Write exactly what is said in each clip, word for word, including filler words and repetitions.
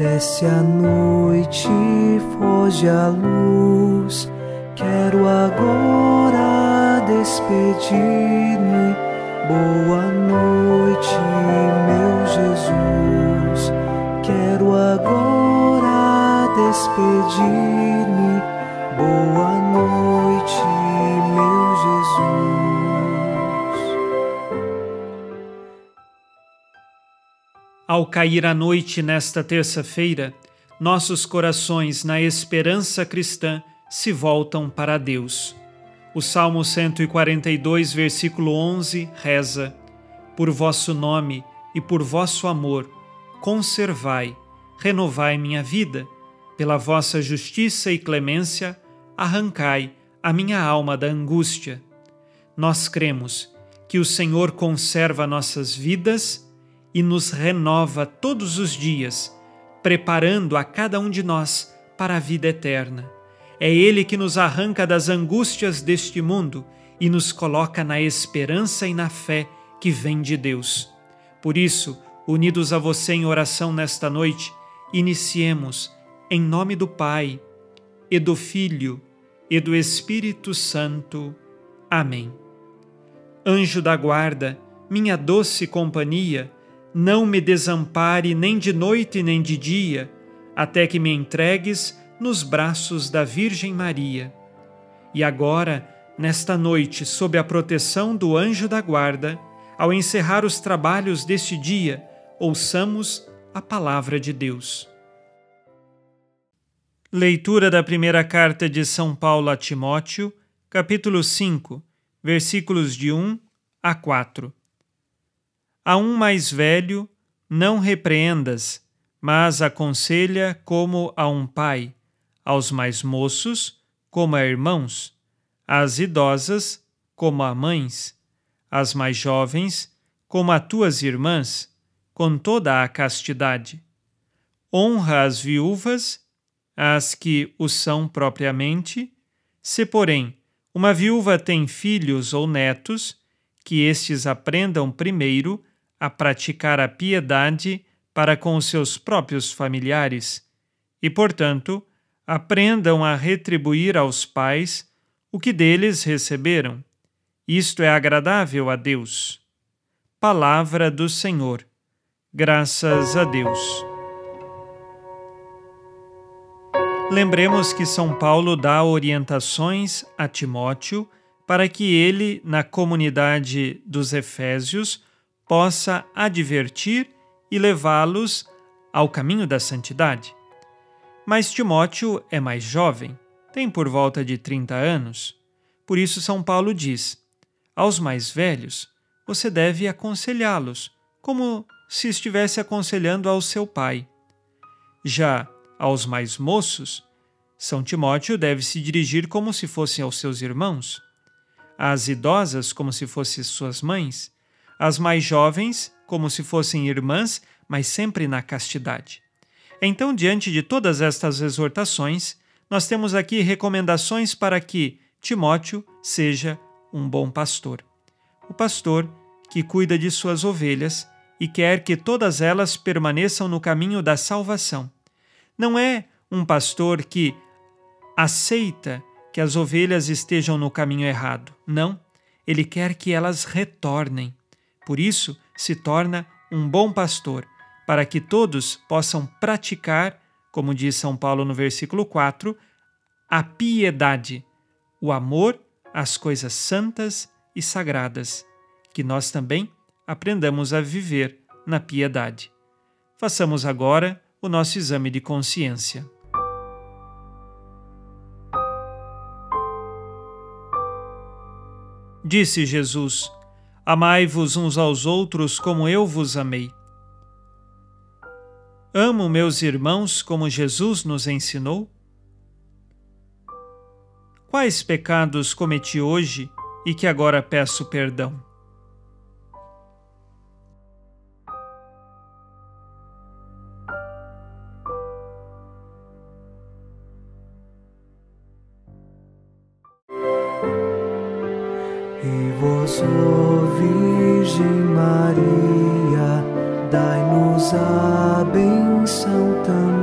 Desce a noite, foge a luz. Quero agora despedir-me. Boa noite, meu Jesus. Quero agora despedir-me. Boa noite, meu Jesus. Ao cair a noite nesta terça-feira, nossos corações, na esperança cristã, se voltam para Deus. O Salmo cento e quarenta e dois, versículo onze, reza: Por vosso nome e por vosso amor, conservai, renovai minha vida. Pela vossa justiça e clemência, arrancai a minha alma da angústia. Nós cremos que o Senhor conserva nossas vidas e nos renova todos os dias, preparando a cada um de nós para a vida eterna. É Ele que nos arranca das angústias deste mundo e nos coloca na esperança e na fé que vem de Deus. Por isso, unidos a você em oração nesta noite, iniciemos em nome do Pai, e do Filho, e do Espírito Santo. Amém. Anjo da guarda, minha doce companhia, não me desampare nem de noite nem de dia, até que me entregues nos braços da Virgem Maria. E agora, nesta noite, sob a proteção do anjo da guarda, ao encerrar os trabalhos deste dia, ouçamos a palavra de Deus. Leitura da primeira carta de São Paulo a Timóteo, capítulo cinco, versículos de um a quatro. A um mais velho não repreendas, mas aconselha como a um pai, aos mais moços como a irmãos, às idosas como a mães, às mais jovens como a tuas irmãs, com toda a castidade. Honra as viúvas, as que o são propriamente. Se, porém, uma viúva tem filhos ou netos, que estes aprendam primeiro a praticar a piedade para com os seus próprios familiares e, portanto, aprendam a retribuir aos pais o que deles receberam. Isto é agradável a Deus. Palavra do Senhor. Graças a Deus. Lembremos que São Paulo dá orientações a Timóteo para que ele, na comunidade dos Efésios, possa advertir e levá-los ao caminho da santidade. Mas Timóteo é mais jovem, tem por volta de trinta anos. Por isso São Paulo diz: aos mais velhos, você deve aconselhá-los, como se estivesse aconselhando ao seu pai. Já aos mais moços, São Timóteo deve se dirigir como se fossem aos seus irmãos, às idosas como se fossem suas mães, às mais jovens como se fossem irmãs, mas sempre na castidade. Então, diante de todas estas exortações, nós temos aqui recomendações para que Timóteo seja um bom pastor. O pastor que cuida de suas ovelhas e quer que todas elas permaneçam no caminho da salvação. Não é um pastor que aceita que as ovelhas estejam no caminho errado. Não, ele quer que elas retornem. Por isso, se torna um bom pastor, para que todos possam praticar, como diz São Paulo no versículo quatro, a piedade, o amor às coisas santas e sagradas, que nós também aprendamos a viver na piedade. Façamos agora o nosso exame de consciência. Disse Jesus: amai-vos uns aos outros como eu vos amei. Amo meus irmãos como Jesus nos ensinou? Quais pecados cometi hoje e que agora peço perdão? E vós, ó Virgem Maria, dai-nos a benção também.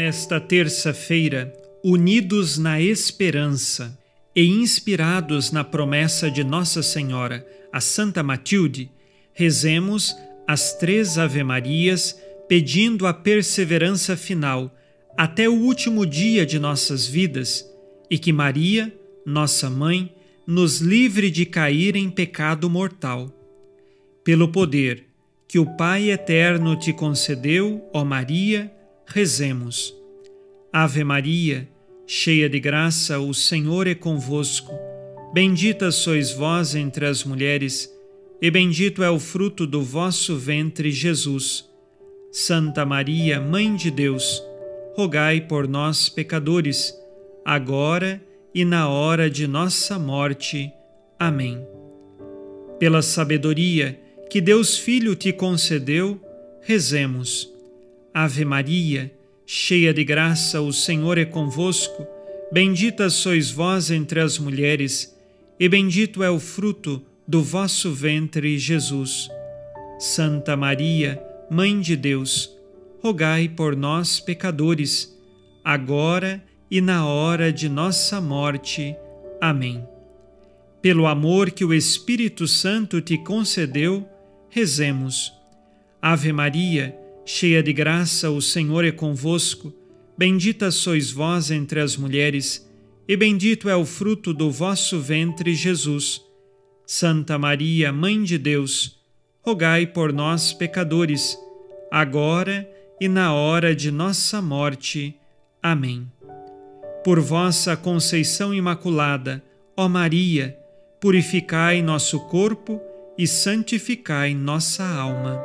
Nesta terça-feira, unidos na esperança e inspirados na promessa de Nossa Senhora, a Santa Matilde, rezemos as três Ave-Marias pedindo a perseverança final até o último dia de nossas vidas e que Maria, nossa Mãe, nos livre de cair em pecado mortal. Pelo poder que o Pai Eterno te concedeu, ó Maria, rezemos. Ave Maria, cheia de graça, o Senhor é convosco. Bendita sois vós entre as mulheres, e bendito é o fruto do vosso ventre, Jesus. Santa Maria, Mãe de Deus, rogai por nós, pecadores, agora e na hora de nossa morte. Amém. Pela sabedoria que Deus Filho te concedeu, rezemos. Ave Maria, cheia de graça, o Senhor é convosco. Bendita sois vós entre as mulheres, e bendito é o fruto do vosso ventre, Jesus. Santa Maria, Mãe de Deus, rogai por nós, pecadores, agora e na hora de nossa morte. Amém. Pelo amor que o Espírito Santo te concedeu, rezemos. Ave Maria, cheia de graça, o Senhor é convosco. Bendita sois vós entre as mulheres, e bendito é o fruto do vosso ventre, Jesus. Santa Maria, Mãe de Deus, rogai por nós, pecadores, agora e na hora de nossa morte. Amém. Por vossa conceição imaculada, ó Maria, purificai nosso corpo e santificai nossa alma.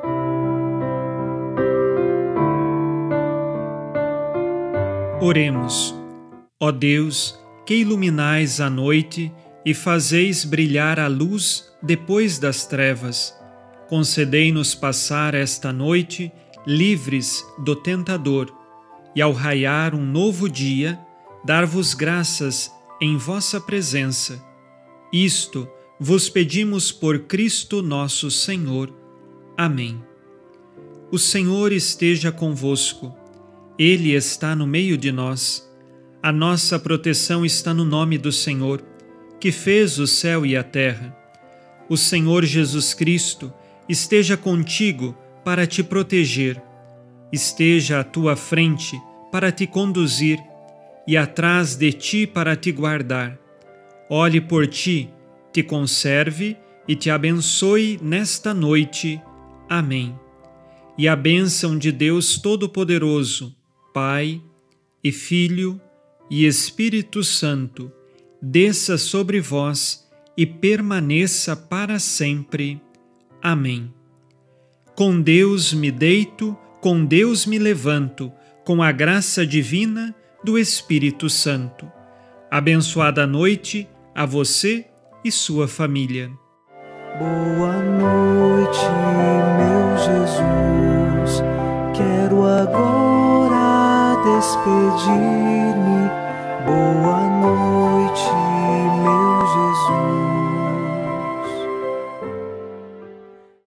Oremos. Ó Deus, que iluminais a noite e fazeis brilhar a luz depois das trevas, concedei-nos passar esta noite livres do tentador e, ao raiar um novo dia, dar-vos graças em vossa presença. Isto vos pedimos por Cristo nosso Senhor. Amém. O Senhor esteja convosco. Ele está no meio de nós. A nossa proteção está no nome do Senhor, que fez o céu e a terra. O Senhor Jesus Cristo esteja contigo para te proteger. Esteja à tua frente para te conduzir e atrás de ti para te guardar. Olhe por ti, te conserve e te abençoe nesta noite. Amém. E a bênção de Deus Todo-Poderoso, Pai e Filho e Espírito Santo, desça sobre vós e permaneça para sempre. Amém. Com Deus me deito, com Deus me levanto, com a graça divina do Espírito Santo. Abençoada noite a você e sua família. Boa noite, meu Jesus. Quero agora despedir-me. Boa noite.